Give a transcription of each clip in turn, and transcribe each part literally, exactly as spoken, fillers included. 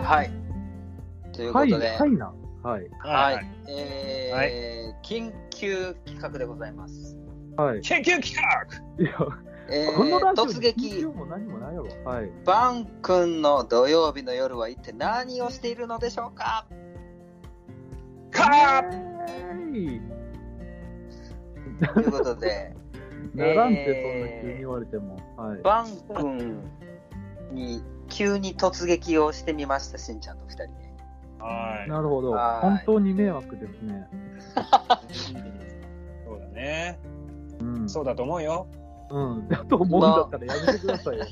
はい。ということで、 はい、はいな。はい。 はい。 はいえーはい緊急企画でございます。 はい。 研究企画。 いや、 えーこのラジオ突に緊撃急も何もないやろ。はい。 バン君の土曜日の夜は一体何をしているのでしょうか。 カーイということで、 ならんってそんな急に言われても。はい。 バン君に急に突撃をしてみました、しんちゃんと二人で。 はい。 なるほど。 はい本当に迷惑ですね。 そうだね。 うん。 そうだと思うよ。 うん。だと思うんだったらやめてくださいよ。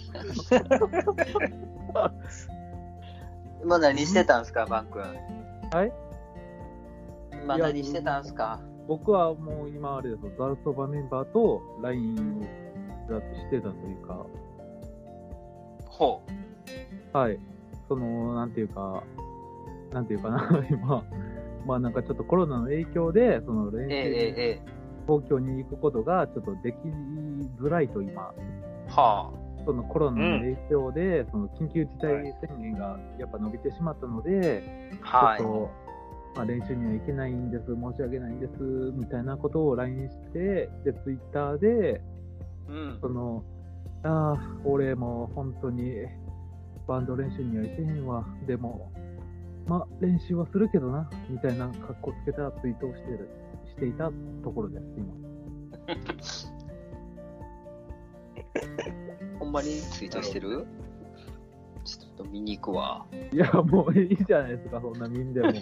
今何してたんすか、バン君。 はい。 今何してたんすか。 僕はもう今あれですよ。ザルそばメンバーと ライン をずっとしてたというか。 ほう。 はい。その、なんていうか、なんていうかな、今、まあなんかちょっとコロナの影響で、その練習、 ええええ東京に行くことがちょっとできづらいと今、 はそのコロナの影響で、その緊急事態宣言がやっぱ伸びてしまったので、 あ。はいちょっ。と、まあ、練習には行けないんです、申し訳ないんです、みたいなことを ライン して、で、ツイッターで、 うん。 その、ああ、俺も本当にバンド練習には行けへんわ、でも、まあ、練習はするけどな、みたいな格好つけたツイートをしてるしていたところです、今。 ほんまにツイートしてる？ちょっと見に行くわ。 いや、もういいじゃないですか、そんなみんでも。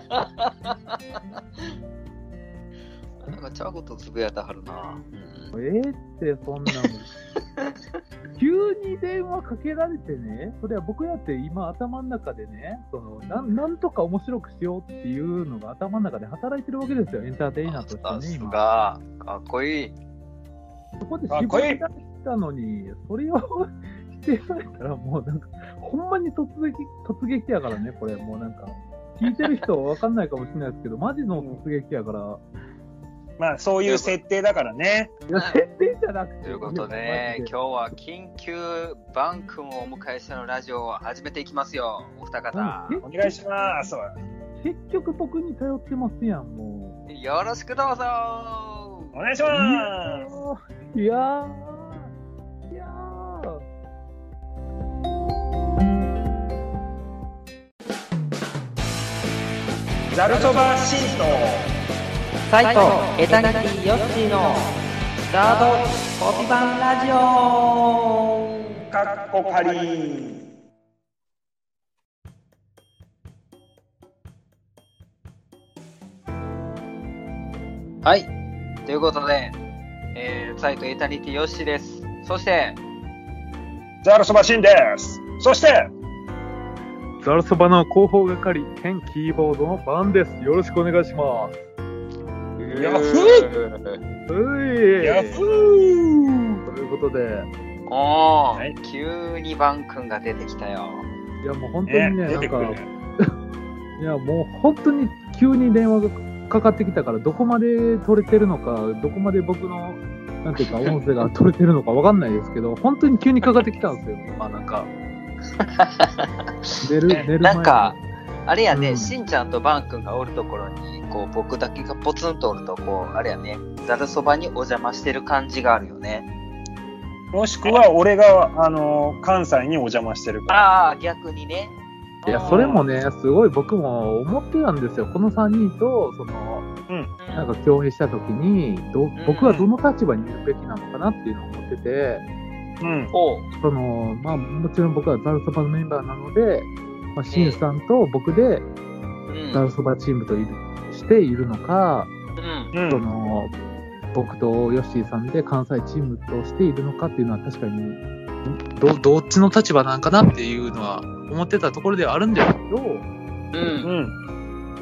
なんかちゃうことつぶやいたはるな。うん、 えーって、そんなもん。急に電話かけられてね、それは僕だって今頭の中でね、そのな ん, なんとか面白くしようっていうのが頭の中で働いてるわけですよ、エンターテイナーとしてさすね、今。 が、かっこいい。 そこで絞り出したのに、それをしてられたらもうなんか、ほんまに突撃、突撃やからね、これ。もうなんか、聞いてる人はわかんないかもしれないですけど、マジの突撃やから。 まあそういう設定だからね。 いや、設定じゃなくて。 ということでね、今日は緊急バン君をお迎えしてのラジオを始めていきますよ、お二方。 お願いします。 結局僕に頼ってますやん、もう。 よろしくどうぞ。 お願いします。いやー、いやー。 ざるそばシート。 サイトエタニティヨッシーのガードコピバンラジオかっこかり。 はい、ということで、えー、サイトエタニティヨッシーです。そしてざるそばしんです。そしてざるそばの広報係兼キーボードのバンです。よろしくお願いします。 ヤフーういヤフーということで、 おー、 はい、 急にバン君が出てきたよ。 いやもう本当にね、 ね、 なんか、 出てくるいやもう本当に急に電話がかかってきたから、どこまで取れてるのか、どこまで僕の、なんていうか、音声が取れてるのかわかんないですけど、本当に急にかかってきたんですよ。まあなんか、寝る、寝る前に。 なんか、あれやね、 うん、 しんちゃんとバン君がおるところに、こう、僕だけがポツンとおると、こう、あれやね、ざるそばにお邪魔してる感じがあるよね。 もしくは俺が、あのー、関西にお邪魔してるから。 ああ、逆にね。 いや、それもね、すごい僕も思ってたんですよ。このさんにんと、その、 うん、 なんか共演したときにど、僕はどの立場にいるべきなのかなっていうのを思ってて、 うん、 おう、 その、まあ、もちろん僕はざるそばのメンバーなので、まあ、しんさんと僕でざるそばチームといるしているのか、 うん、 うん、 その、僕とヨッシーさんで関西チームとしているのかっていうのは確かに、ど、どっちの立場なんかなっていうのは思ってたところではあるんですけど、 うん、 うん、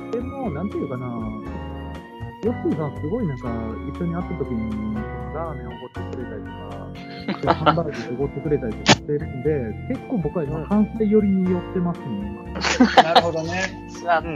でも、なんていうかな、ヨッシーさんすごいなんか、一緒に会った時にラーメンおごってくれたりとか、ハンバーグおごってくれたりとかしてるんで、結構僕は今、関西寄りに寄ってますね、 今。なるほどね。 しまった。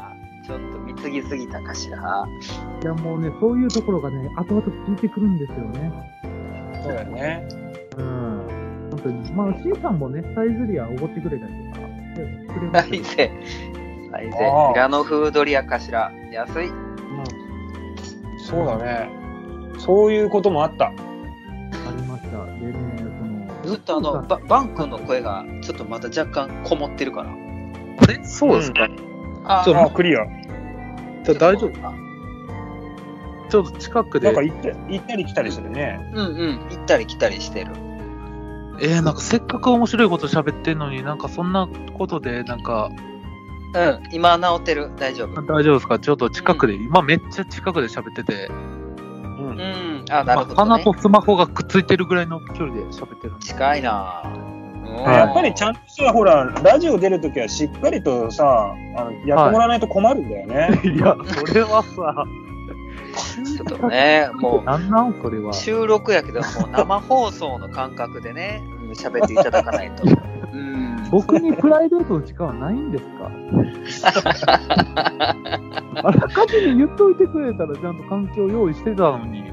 ちょっと貢ぎすぎたかしら。 いや、もうね、そういうところがね、後々聞いてくるんですよね。 そうだよね。 うん。本当に。まあ、C さんもね、サイズリアおごってくれたりとか。 くれますサイゼ。サイゼ。 あーミラノ風ドリアかしら。安い。 そうだね。そういうこともあった。 ありました。でね、その、 ずっとあの、ババン君の声がちょっとまた若干こもってるから。 あれそうですか、 あちょっとあ、クリア。 じゃあ大丈夫かちょっと近くでなんか。行って行ったり来たりするね。 うんうん。行ったり来たりしてる。 えー、なんかせっかく面白いこと喋ってんのに、なんかそんなことで、なんか、 うん。今治ってる。大丈夫。 大丈夫ですかちょっと近くで、今めっちゃ近くで喋ってて、 うんう。ん。あ、なるほど、ね。 鼻とスマホがくっついてるぐらいの距離で喋ってるんで。 近いなぁ。 やっぱりちゃんとさ、ほら、ラジオ出るときはしっかりとさ、あのやってもらわないと困るんだよね。 いや、それはさ、 ちょっとね、もなんなんそれはう、。収録やけど、もう生放送の感覚でね、うん喋っていただかないと。うん。 僕にプライベートの時間はないんですかあらかじめ言っといてくれたらちゃんと環境用意してたのに。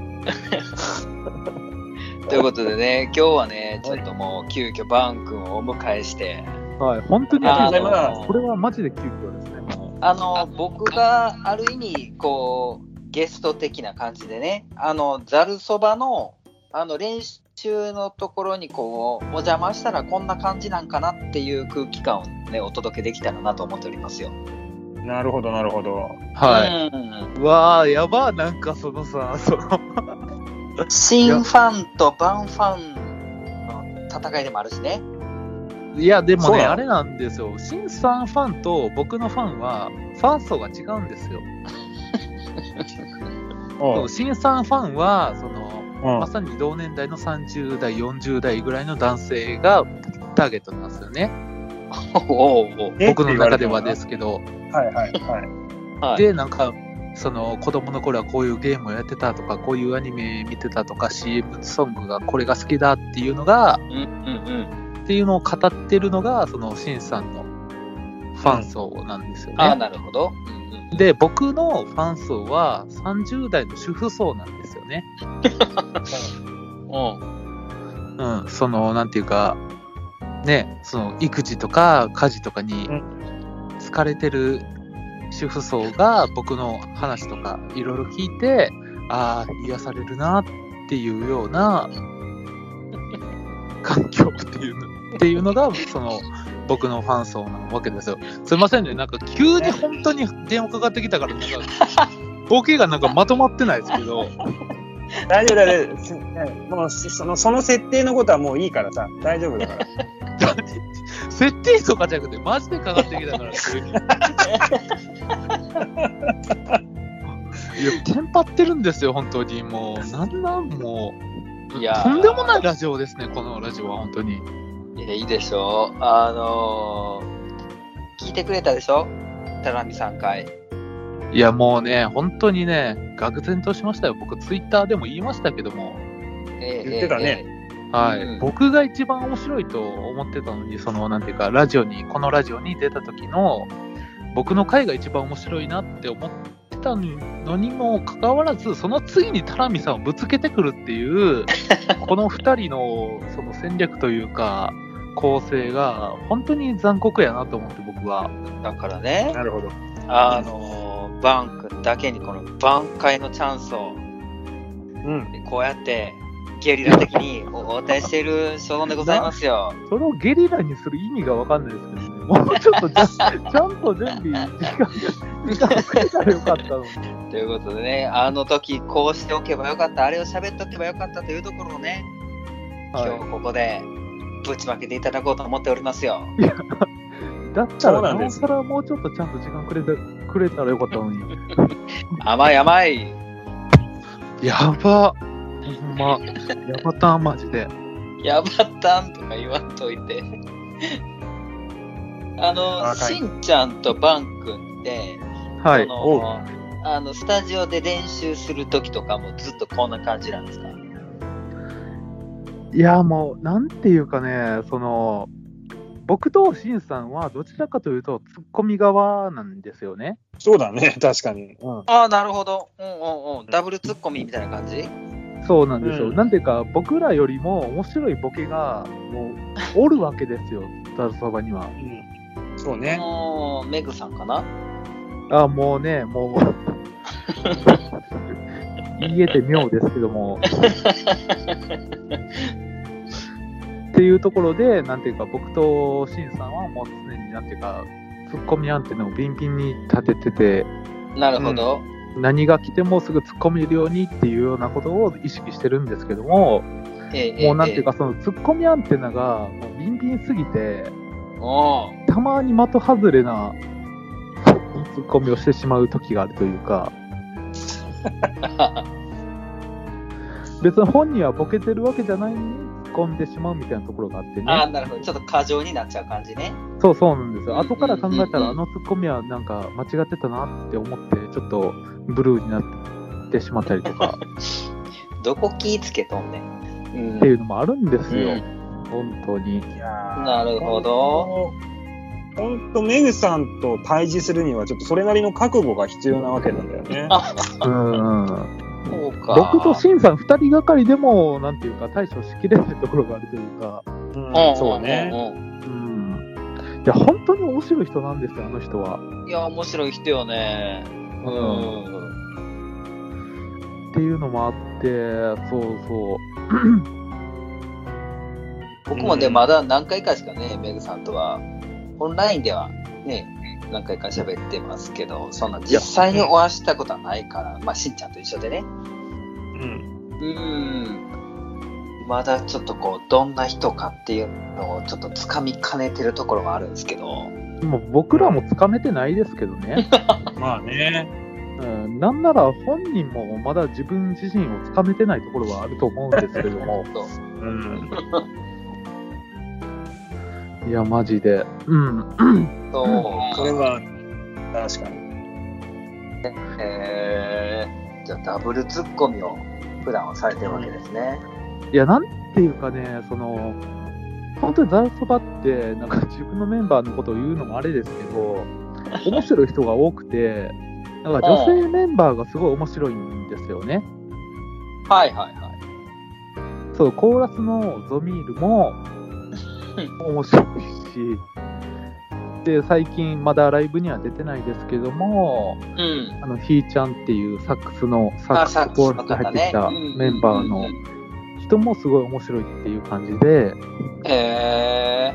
ということでね、今日はね、ちょっともう、急遽バン君をお迎えして、 はい、本当にあありがとうございのます。これはマジで急遽ですね。もうあの、僕がある意味、こう、ゲスト的な感じでね、あの、ざるそばの、あの、練習のところにこう、お邪魔したらこんな感じなんかなっていう空気感をね、お届けできたらなと思っておりますよ。 なるほど、なるほど。 はい。 うん。 うわー、やばー、なんかそのさ、その、 新ファンとバンファンの戦いでもあるしね。 いや、でもね、 そうなのあれなんですよ。シンさんファンと僕のファンは、ファン層が違うんですよ。 おそううシンさんファンは、その、 うんまさに同年代のさんじゅう代、よんじゅう代ぐらいの男性がターゲットなんですよね。 おうおうえ僕の中ではですけど。 はいはいはい。 はい。 で、なんか、その子供の頃はこういうゲームをやってたとか、こういうアニメ見てたとか、シーエム ソングがこれが好きだっていうのが、 うんうんっていうのを語ってるのが、そのシンさんのファン層なんですようん。ああ、 ね。 なるほど。うんうん、 で、僕のファン層はさんじゅう代の主婦層なんですよね。 うん。 うん、その、なんていうか、ね、その育児とか家事とかにうん疲れてる主婦層が僕の話とかいろいろ聞いて、ああ、癒されるなっていうような環境っていうのっていうのが、その、僕のファン層なわけですよ。すいませんね、なんか急に本当に電話かかってきたから、なんか、ボケがなんかまとまってないですけど、 大丈夫だよ。もうそのその設定のことはもういいからさ、大丈夫だから。 設定とかじゃなくて、マジでかかってきたから、急に。いや、テンパってるんですよ、本当に。もう、なんなん、もう。 いやーとんでもないラジオですね、このラジオは、本当に。 いや、いいでしょう。あのー、聞いてくれたでしょ田波さん回。 いや、もうね、本当にね、愕然としましたよ。僕、ツイッターでも言いましたけども、 ええ言ってたねはい、 うん僕が一番面白いと思ってたのに、その、なんていうか、ラジオに、このラジオに出た時の、僕の回が一番面白いなって思ってたのにもかかわらず、その次にタラミさんをぶつけてくるっていう、この二人のその戦略というか、構成が本当に残酷やなと思って、僕は。 だからね、 なるほど。 あのー、バン君だけにこの挽回のチャンスを、 うん。 こうやってゲリラ的にお答えしている所存でございますよ。 それをゲリラにする意味がわかんないですけどね。もうちょっとじゃちゃんと準備、時間、時間くれたらよかったのに。 ということでね、あの時こうしておけばよかった、あれを喋っておけばよかったというところをね、 はい今日ここでぶちまけていただこうと思っておりますよ。 だったら、なおそうなんですさらもうちょっとちゃんと時間くれてくれたらよかったのに。 甘い甘い。 やば。ほんま。やばたん、マジで。 やばったんとか言わんといて。あの、 若いしんちゃんとバン君って、 はいそ。 おうのあのスタジオで練習するときとかもずっとこんな感じなんですか？ いや、もう、なんていうかね、その、僕とシンさんはどちらかというと、ツッコミ側なんですよね。 そうだね、確かに。うん。 ああ、なるほど。うんうんうん。ダブルツッコミみたいな感じ？ そうなんですよ。 うんなんていうか、僕らよりも面白いボケが、もう、おるわけですよ、ザルそばには。 そうね。 もうメグさんかな。 あ、もうね、もう、言えて妙ですけども。っていうところで、なんていうか、僕とシンさんはもう常に、なんていうか、ツッコミアンテナをビンビンに立ててて、 なるほど。 うん、何が来てもすぐ突っ込めるようにっていうようなことを意識してるんですけども、 ええ、 もうなんていうか、 えそのツッコミアンテナがもうビンビンすぎて、 え、おーたまに的外れなツッコミをしてしまう時があるというか、別に本人はボケてるわけじゃないのに突っ込んでしまうみたいなところがあってね。 ああ、なるほど。ちょっと過剰になっちゃう感じね。 そうそうなんですよ。 うん後から考えたら、 うんうんうんあのツッコミはなんか間違ってたなって思って、ちょっとブルーになってしまったりとかどこ気ぃつけとんねん。うん、 っていうのもあるんですよ。 うん本当に。 いやーなるほど。 ほんと、メグさんと対峙するには、ちょっとそれなりの覚悟が必要なわけなんだよね。 あ、 うん。 そうか。 僕とシンさん二人がかりでも、なんていうか、対処しきれないところがあるというか、 うんうんそうね。 うん。いや、本当に面白い人なんですよ、あの人は。 うんうん。いや、面白い人よね。う。 うんっていうのもあって、そうそう。 僕もね、まだ何回かしかね、メグさんとは、オンラインではね、何回か喋ってますけど、そんな実際にお会いしたことはないから、まあ、しんちゃんと一緒でね。 うん。 うーん。まだちょっとこう、どんな人かっていうのをちょっとつかみかねてるところはあるんですけど。 もう僕らもつかめてないですけどね。 まあね。 うん、なんなら本人もまだ自分自身をつかめてないところはあると思うんですけども。 うん。 いや、マジで。うん。 そうそれは、確かに。 えー、じゃあダブルツッコミを普段はされてるわけですね。 いや、なんていうかね、その、本当にザルそばって、なんか自分のメンバーのことを言うのもあれですけど、面白い人が多くて、なんか女性メンバーがすごい面白いんですよね。 はいはいはい。 そう、コーラスのゾミールも面白いし、で、最近まだライブには出てないですけども、 うん。 あの、ひーちゃんっていうサックスの、サックスあサックスコーラスで入ってきたメンバーの人もすごい面白いっていう感じで、 へ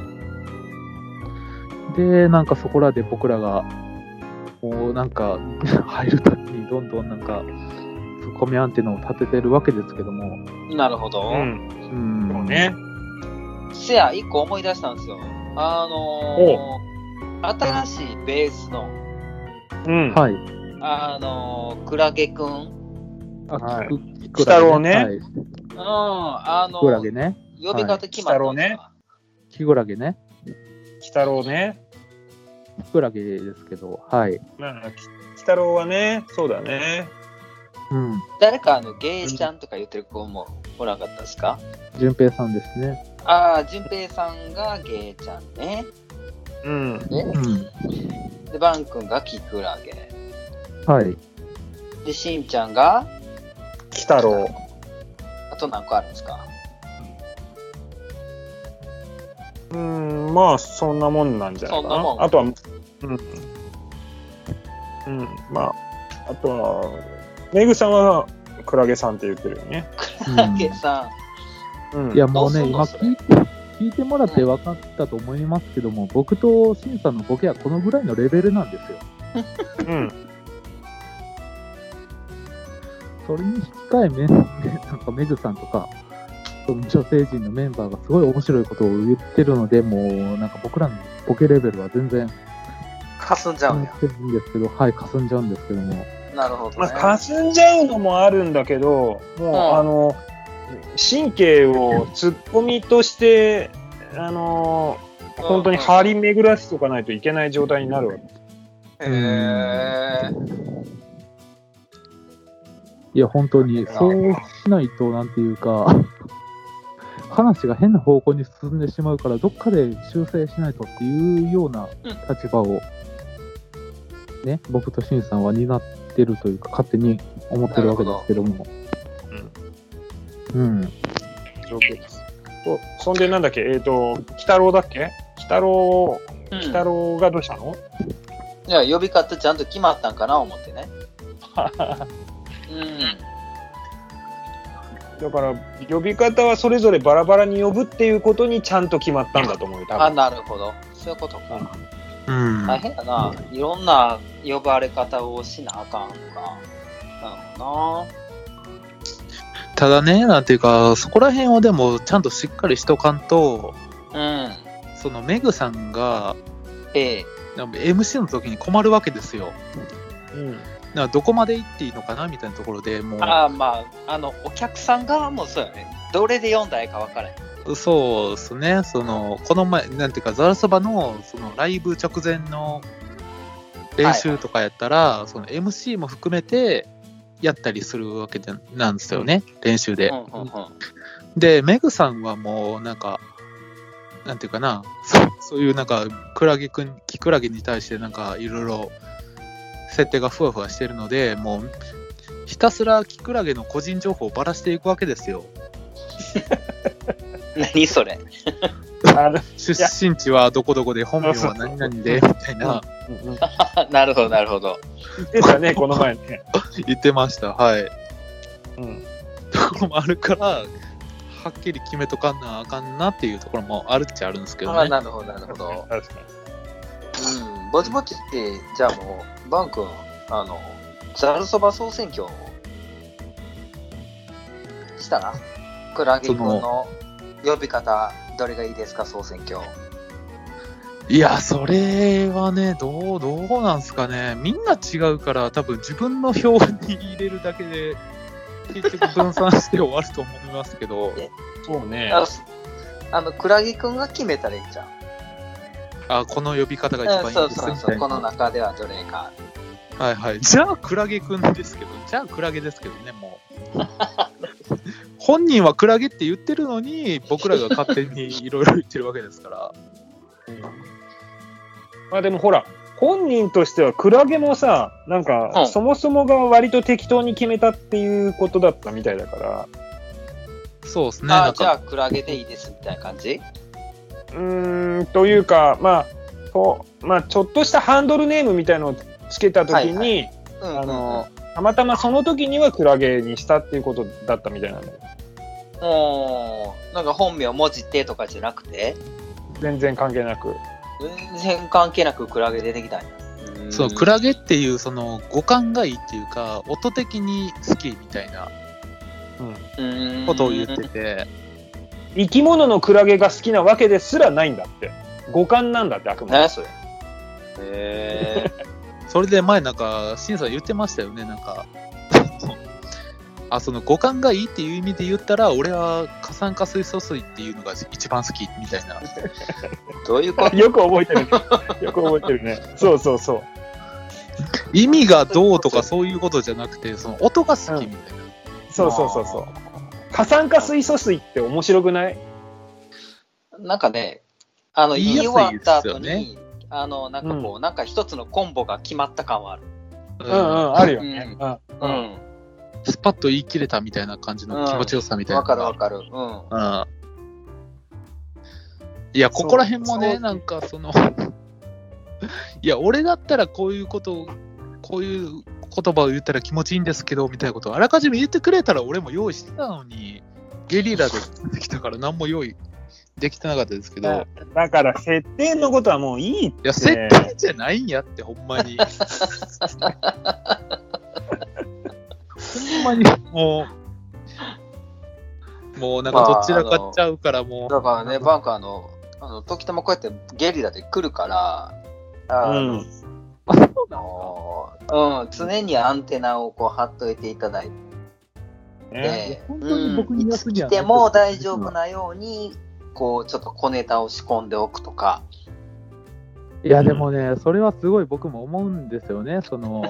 で、なんかそこらで僕らが、もうなんか入るたびにどんどんなんか、ツッコミアンテナを立ててるわけですけども。 ー。なるほど。 うん。 うん。 そうね。 せや、一個思い出したんですよ。あのー、新しいベースの、 うん。 はい。 あのー、クラゲくん。 あ、 はいきく鬼太郎ねはい。 うん、あのキクラゲね。 呼び方決まったんですか、 キクラゲね。 鬼太郎ね。 キクラゲですけど、はい。 まあ、鬼太郎はね、そうだね。 うん。 誰かあの、ゲイちゃんとか言ってる子もおらなかったですか？ 淳平さんですね。 ああ、淳平さんがゲイちゃんね。 うん。 ねうん。 で、バン君がキクラゲ。 はい。 で、しんちゃんが、 鬼太郎。 あと何個あるんですか？ うん、まあ、そんなもんなんじゃないかな。 そんなもんあとは、うん。うん、まあ、あとは、メグさんはクラゲさんって言ってるよね。 クラゲさうん。 いや、もうね、今どうすんの聞いて、聞いてもらって分かったと思いますけども、僕とシンさんのボケはこのぐらいのレベルなんですよ。 うん。 それに引き換えめ、なんかメグさんとか、その女性陣のメンバーがすごい面白いことを言ってるので、もうなんか僕らのボケレベルは全然ん、かすんじゃうんや。 変わってるんですけど、はい、霞んじゃうんですけども。 なるほど、ね。 まあ、霞んじゃうのもあるんだけど、もう、 んあの、神経をツッコミとして、あの、本当に張り巡らせておかないといけない状態になるわけ。 へー。 いや、本当に、そうしないと、なんていうか、話が変な方向に進んでしまうから、どっかで修正しないとっていうような立場を、ね、僕とシンさんは担ってるというか、勝手に思ってるわけですけども。うん。 状況です。そそんでなんだっけ、えっ、と、鬼太郎だっけ鬼太郎鬼太郎がどうしたの？ いや、呼び方ちゃんと決まったんかな思ってね。うん。 だから呼び方はそれぞれバラバラに呼ぶっていうことにちゃんと決まったんだと思うよ、多分。 あ、なるほど。そういうことか。 うん。 大変だな。いろんな呼ばれ方をしなあかんのか。なるほどな。 ただね、なんていうか、そこら辺はでもちゃんとしっかりしとかんと、 うん。 そのメグさんが、 ええ。 エムシー の時に困るわけですよ。 うん。 だからどこまで行っていいのかなみたいなところでもう。 ああ、まあ、あの、お客さん側もそうよね。どれで読んだらいいか分からへん。 そうですね。その、この前、なんていうか、ザラそばの、その、ライブ直前の練習とかやったら、はい、その エムシー も含めてやったりするわけでなんですよね、うん、練習で、うんうんうん。で、メグさんはもう、なんか、なんていうかな、そ, そういうなんか、クラゲくん、キクラゲに対してなんか、いろいろ、設定がふわふわしてるので、もう、ひたすらキクラゲの個人情報をばらしていくわけですよ。 何それ出身地はどこどこで本名は何々でみたいな。 なるほどなるほど。 言ってたねこの前ね。 言ってましたはい。 うん。 ところもあるからはっきり決めとかんなあかんなっていうところもあるっちゃあるんですけどね。 あ、なるほどなるほど。確かに。うん。ぼちぼちってじゃあもうバン君あのざるそば総選挙したら。クラゲ君の呼び方どれがいいですか総選挙。 いやそれはねどうどうなんすかね。みんな違うから多分自分の票に入れるだけで結局分散して終わると思いますけど。 そうね。 あ, あのクラゲ君が決めたらいいじゃん。 あこの呼び方が一番いいですね、 うん、そうそうそうこの中ではどれか。 はいはい。じゃあクラゲ君ですけどじゃあクラゲですけどねもう。本人はクラゲって言ってるのに僕らが勝手にいろいろ言ってるわけですから、 うん、まあでもほら本人としてはクラゲもさなんか、うん、そもそもが割と適当に決めたっていうことだったみたいだからそうですね。 あじゃあクラゲでいいですみたいな感じうーんというかまあこう、まあ、ちょっとしたハンドルネームみたいのをつけたときにあのたまたまその時にはクラゲにしたっていうことだったみたいなんだよ。 おーなんか本名文字ってとかじゃなくて全然関係なく全然関係なくクラゲ出てきたんや。 そうクラゲっていうその語感がいいっていうか音的に好きみたいなことを言ってて、 生き物のクラゲが好きなわけですらないんだって語感なんだってあくまで。 何それへーそれで前なんかシンさん言ってましたよねなんかあその五感がいいっていう意味で言ったら俺は過酸化水素水っていうのが一番好きみたいなどういうことよく覚えてるねよく覚えてるねそうそうそう意味がどうとかそういうことじゃなくてその音が好きみたいな、 うん、そうそうそうそう過酸化水素水って面白くない？ なんかねあの言い終わった後にあのなんかこう、うん、なんか一つのコンボが決まった感はある。 うんうん、うん、あるよね。うん、うん、うん。 スパッと言い切れたみたいな感じの気持ちよさみたいな。 わ、うん、かるわかる。うん。うん。 いやここら辺もねなんかそのいや俺だったらこういうことこういう言葉を言ったら気持ちいいんですけどみたいなことをあらかじめ言ってくれたら俺も用意してたのにゲリラでできたから何も用意できてなかったですけど。 だから設定のことはもういいって。 いや設定じゃないんやってほんまにほんまにもうもうなんかどちらかっちゃうからもう、 まあ、だからねバンカーのあの時たまこうやってゲリラで来るからあの、うんうん、常にアンテナをこう貼っといていただいて、 えー、本当に僕にいつ来ても大丈夫なようにこうちょっと小ネタを仕込んでおくとか。 いやでもねそれはすごい僕も思うんですよねその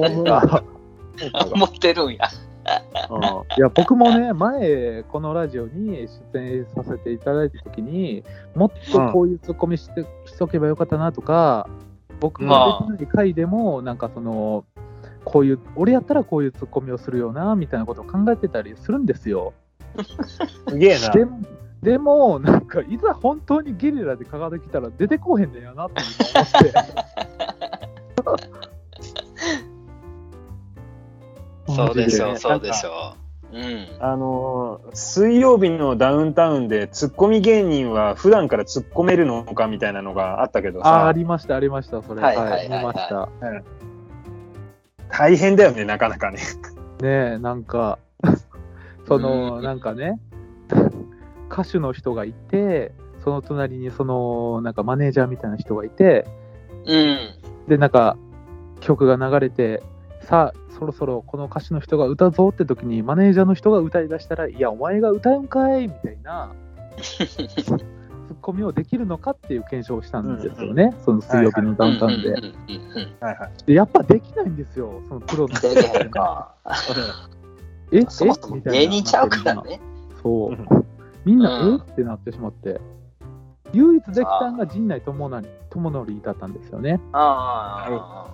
思ってるんやいや僕もね前このラジオに出演させていただいた時にもっとこういうツッコミして、うん、しとけばよかったなとか僕ができない回でもなんかそのこういう俺やったらこういうツッコミをするよなみたいなことを考えてたりするんですよすげえな。 でもでも、なんか、いざ本当にゲリラで蚊ができたら出てこへんねんやなって思って。 そうでしょう、 ねそうでしょう。うん。 あのー、水曜日のダウンタウンでツッコミ芸人は普段から突っ込めるのかみたいなのがあったけどさ。 あ、ありました、ありました、それ。 はいはいはいはい見ました。 大変だよね、なかなかね。 ねえ、なんか、その、なんかね、歌手の人がいて、その隣にその、なんかマネージャーみたいな人がいて、 うん。 で、なんか、曲が流れて、さあ、そろそろこの歌手の人が歌うぞって時に、マネージャーの人が歌い出したら、いや、お前が歌うんかいみたいな、ツッコミをできるのかっていう検証をしたんですよね、うんうん、その水曜日のダウンタウンで。で、やっぱできないんですよ、そのプロの人が。ええそもそも芸人ちゃうからね。 そう。みんな、うん、えってなってしまって。唯一できたのが陣内智則だったんですよね。 あ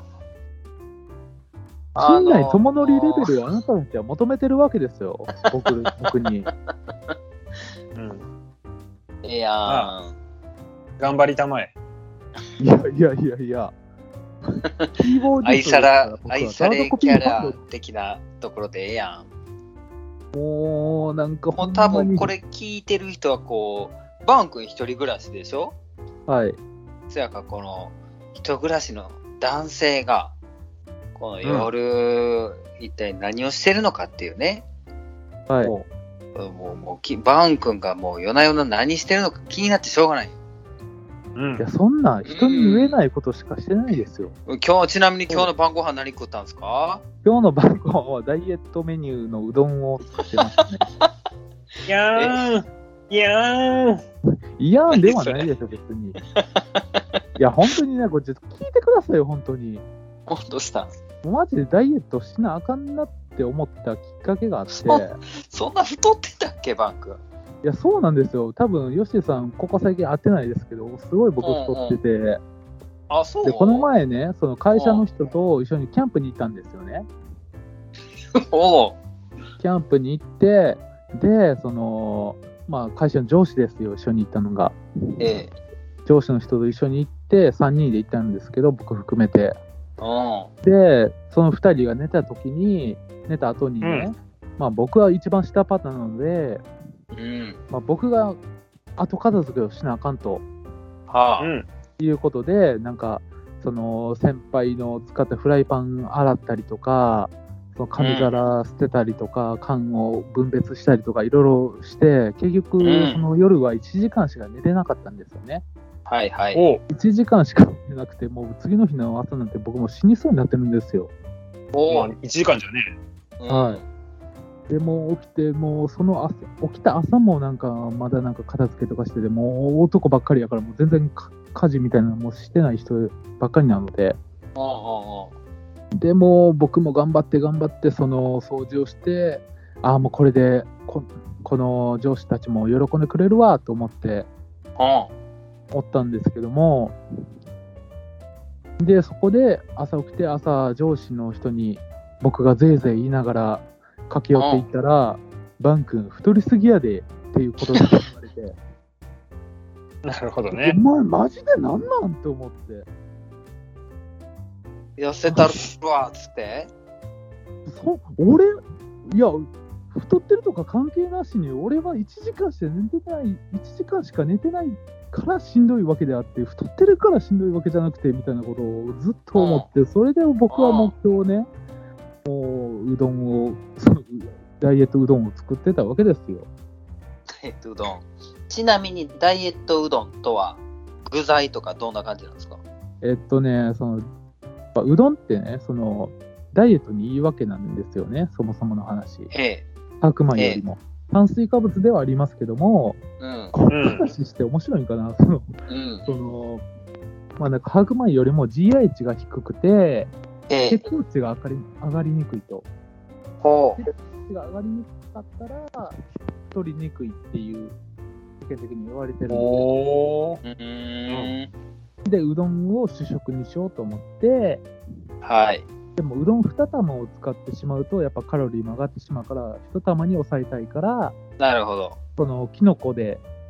あ。陣内智則レベルをあなたたちは求めてるわけですよ、僕, 僕に。 うん、いやー。 頑張りたまえ。 いやいやいやいや。 愛さら、愛されキャラ的なところでええやん。 もうなんかもう多分これ聞いてる人はこうバン君一人暮らしでしょ。 はい。 そやかこの一暮らしの男性がこの夜、うん、一体何をしてるのかっていうね。 はい。 もうもうもうバン君がもう夜な夜な何してるのか気になってしょうがない。 うん、いやそんな人に言えないことしかしてないですよ。 うん、今日ちなみに今日の晩ご飯何食ったんですか？ 今日の晩ご飯はダイエットメニューのうどんを作ってましたね。 いやーんいやーんいやーんではないでしょ別に。いや本当にねこれちょっと聞いてくださいよ本当に。 どうしたん？ もうマジでダイエットしなあかんなって思ったきっかけがあって。 そ, そんな太ってたっけバン君？ いや、そうなんですよ。多分、ヨッシーさん、ここ最近会ってないですけど、すごい僕太ってて、うんうん、 あ、そう？ で、この前ね、その会社の人と一緒にキャンプに行ったんですよね。 おキャンプに行って、で、その、まあ、会社の上司ですよ、一緒に行ったのが。 ええ。 上司の人と一緒に行って、さんにんで行ったんですけど、僕含めて。 うん、 で、そのふたりが寝た時に、寝た後にね、うん、まあ、僕は一番下パターンなので、 うんまあ、僕が後片付けをしなあかんと、 はあ、 いうことで、なんかその先輩の使ったフライパン洗ったりとか、その紙皿捨てたりとか、うん、缶を分別したりとかいろいろして、結局、うん、その夜はいちじかんしか寝れなかったんですよね。 はいはい。 いちじかんしか寝れなくて、もう次の日の朝なんて僕も死にそうになってるんですよ。 おいちじかんじゃねえ。はい。でも起きて、もうその朝、起きた朝もなんか、まだなんか片付けとかしてて、もう男ばっかりやから、もう全然家事みたいなのもしてない人ばっかりなので、 ああああでも僕も頑張って頑張って、その掃除をして、ああ、もうこれでこ、この上司たちも喜んでくれるわと思って、 あおったんですけども、で、そこで朝起きて、朝上司の人に僕がぜいぜい言いながら、駆け寄っていったら、バン君太りすぎやでっていうことだけ言われてなるほどね。 お前マジでなんなんって思って、 痩せたるわっつってそ俺いや太ってるとか関係なしに、俺はいちじかんしか寝てないいちじかんしか寝てないからしんどいわけであって、太ってるからしんどいわけじゃなくてみたいなことをずっと思って、それで僕は目標をね、もううどんをダイエットうどんを作ってたわけですよ。 ダイエットうどん。ちなみにダイエットうどんとは具材とかどんな感じなんですか？ えっとね、そのうどんってね、そのダイエットにいいわけなんですよね、そもそもの話。 ええ。 白米よりも、ええ、炭水化物ではありますけども、 うん、 この話して面白いかな、その、 うん、 そのまあなんか白米よりも ジーアイ 値が低くて。血糖値が上がり、上がりにくいと。 ほう。 血糖値が上がりにくかったら、太りにくいっていう、世間的に言われてるんで。 おー。 で、うどんを主食にしようと思って、 はい。 でも、うどんに玉を使ってしまうと、やっぱカロリーも上がってしまうから、いち玉に抑えたいから、 なるほど。 その、キノコで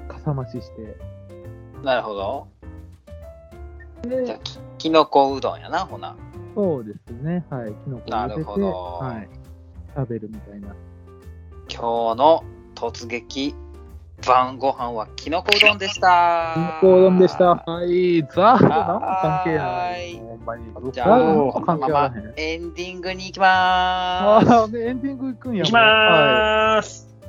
かさ増しして。 なるほど。じゃあき、きのこうどんやな、ほな。 そうですね。はい。きのこを入れて、 なるほど。 はい。食べるみたいな。 今日の突撃晩ご飯はきのこうどんでした。 きのこうどんでした。はい。ザーと何も関係ない。ほんまに。 じゃあ、 このままエンディングに行きまーす。 ああ、エンディング行くんや。 行きまーす。はい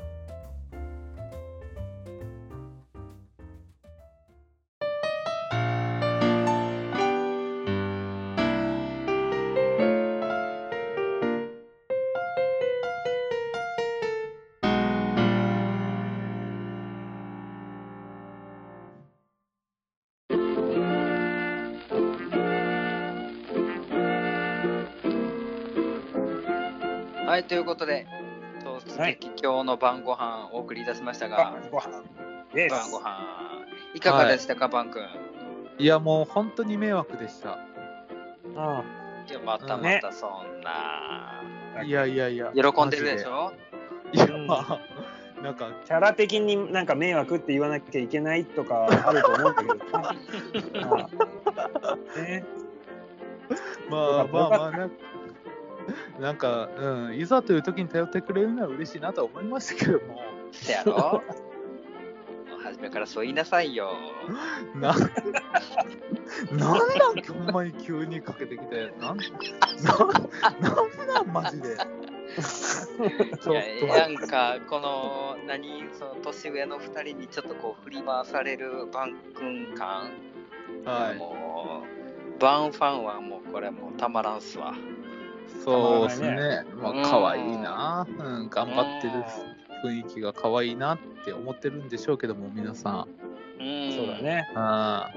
はい、ということで、突撃今日の晩ご飯お送りいたしましたが、 晩ご飯、 晩ご飯いかがでしたか、バン君。 いや、もう本当に迷惑でした。 ああ、 いや、またまたそんな、 ね、いやいやいや、 喜んでるでしょ。 いや、まあ、なんかキャラ的になんか迷惑って言わなきゃいけないとかあると思うんだけどまあ、ね、 まあまあまあなんかなんか、うん、いざという時に頼ってくれるのは嬉しいなとは思いましたけども。 せやろもう初めからそう言いなさいよ。 な、なんだほんまに急にかけてきて。なん、なん、なんなんマジで。 いや、なんか、この、何、その年上のふたりにちょっとこう振り回されるバン君感。はい。もう、バンファンはもうこれもうたまらんすわ。 そうですね。まあ、可愛いな、うん。頑張ってる雰囲気が可愛いなって思ってるんでしょうけども、皆さん。 うん、そうだね。 あ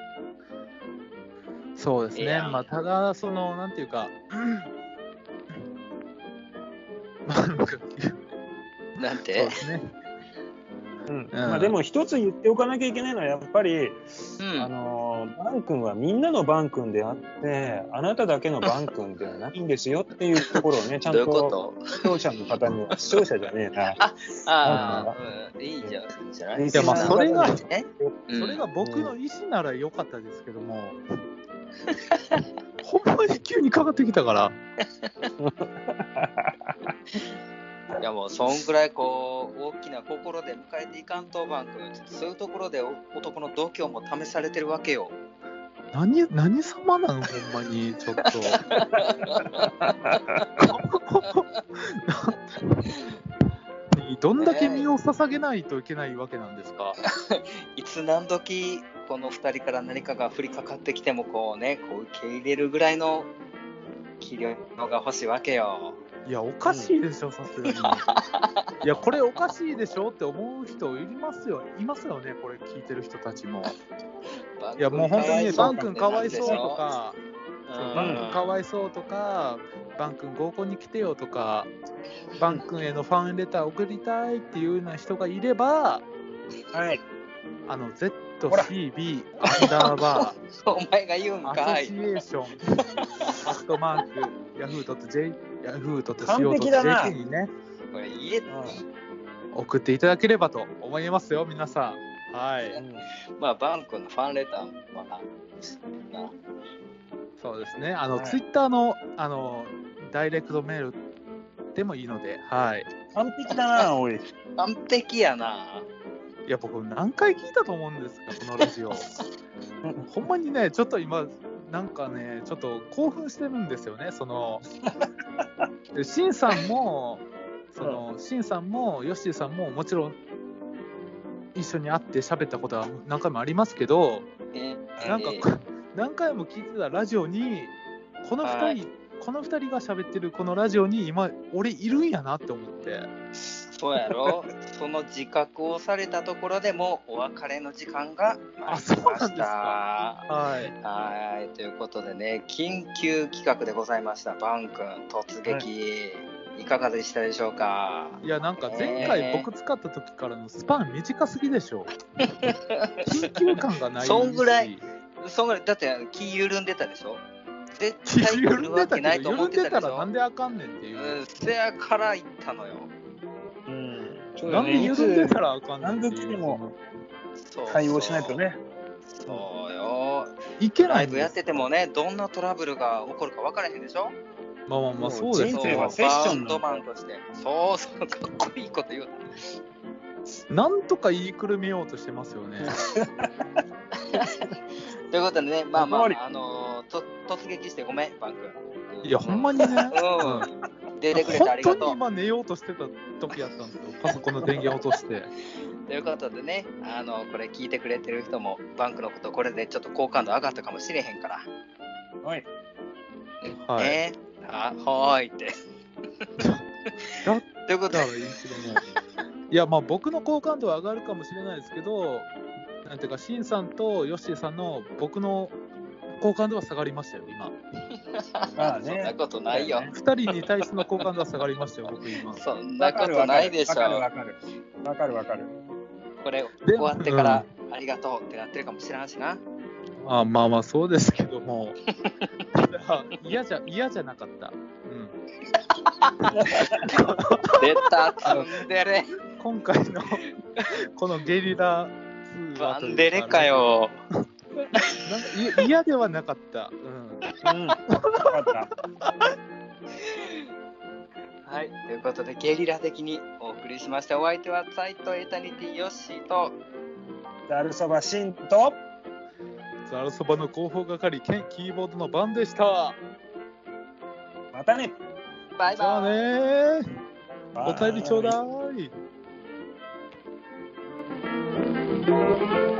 そうですね。まあ、ただ、その、なんていうか、 なんてそうですね。 うんうん、まあでも一つ言っておかなきゃいけないのはやっぱり、うん、あのバン君はみんなのバン君であってあなただけのバン君ではないんですよっていうところをねちゃんと視聴者の方には視聴者じゃねえなああ、うん、いいじゃんじゃない。 いやまあそれがそれが僕の意思なら良かったですけども、うん、ほんまに急にかかってきたからいやもうそんぐらいこう大きな心で迎えていかんとバン君、そういうところで男の度胸も試されてるわけよ。 何何様なんほんまにちょっとどんだけ身を捧げないといけないわけなんですか。 いつ何時このふたりから何かが降りかかってきてもこうねこう受け入れるぐらいの気力が欲しいわけよ。 いやおかしいでしょさすがに。いやこれおかしいでしょって思う人いますよいますよねこれ聞いてる人たちも。いやもう本当にねバン君かわいそうとか、バン君かわいそうとか、バン君合コンに来てよとか、バン君へのファンレター送りたいっていうような人がいれば、 はい。 あの ゼットシービー アンダーバーお前が言うんかい。 アソシエーションアットマークヤフードットジェイヤフードットシーオードットジェーケー にねこれ言え送っていただければと思いますよ皆さん。はい。うん、 まあバン君のファンレターもまあな。 そうですね。あの、 はい、 ツイッターのあのダイレクトメールでもいいので、はい。 完璧だな、おい。 完璧やな。 いや僕何回聞いたと思うんですかこのラジオ。ほんまにねちょっと今なんかねちょっと興奮してるんですよね。そのシンさんもその、うん、シンさんもヨッシーさんももちろん一緒に会って喋ったことは何回もありますけど、えー、なんか、えー、何回も聞いてたラジオにこのふたりこのふたりが喋ってるこのラジオに今俺いるんやなって思って。 そうやろその自覚をされたところでもお別れの時間があそうなんですか。はいはいということでね緊急企画でございました。バン君突撃、はい、いかがでしたでしょうか。 いやなんか前回僕使った時からのスパン短すぎでしょ。緊急感がないしそんぐらいそんぐらいだって気緩んでたでしょ。絶対来るわけないと思ってたでしょ。 緩んでたらなんであかんねんっていう、 うん、せやから言ったのよ。 うん、 そうなんで緩んでたらあかん何の時でもそうそう対応しないとね。 そうよ。 いけないんですライブやっててもね、どんなトラブルが起こるか分からへんでしょ。 まあまあまあ、そうです人生よ。 はセッションバンドマンとして。そうそう、かっこいいこと言うな。 なんとか言いくるめようとしてますよね。 ということでね、まあまあその通り、 あのーと突撃してごめん、バン君。 いや、ほんまにね。 うん。出てくれてありがとう。 本当に今寝ようとしてた時やったんですよ。パソコンの電源落として。 ということでね、あのこれ聞いてくれてる人もバンクのことこれでちょっと好感度上がったかもしれへんから。 はい。 はい。 ね、あ、はーいって。 だということでだからいいけども。いや、まあ僕の好感度は上がるかもしれないですけど、なんていうか、シンさんとヨッシーさんの僕の好感度は下がりましたよ、今。 まあねそんなことないよ。 二人に対しての好感度は下がりましたよ、僕今。 そんなことないでしょ。 わかるわかる。わかる。 これで終わってからありがとうってなってるかもしれんしな。 あまあまあそうですけども。嫌じゃ、嫌じゃなかった。うん。 出た、ツンデレ。 今回のこのゲリラ通話ツというンデレか。よ。 なんかい嫌ではなかった。うん。 うん。わかった。 はい、ということでゲリラ的にお送りしました。お相手はサイトエタニティヨッシーとざるそばしんと、 ざるそばの広報係兼キーボードの番でした。 またね。 バイじゃあバイ。 ねー。お便りちょうだい。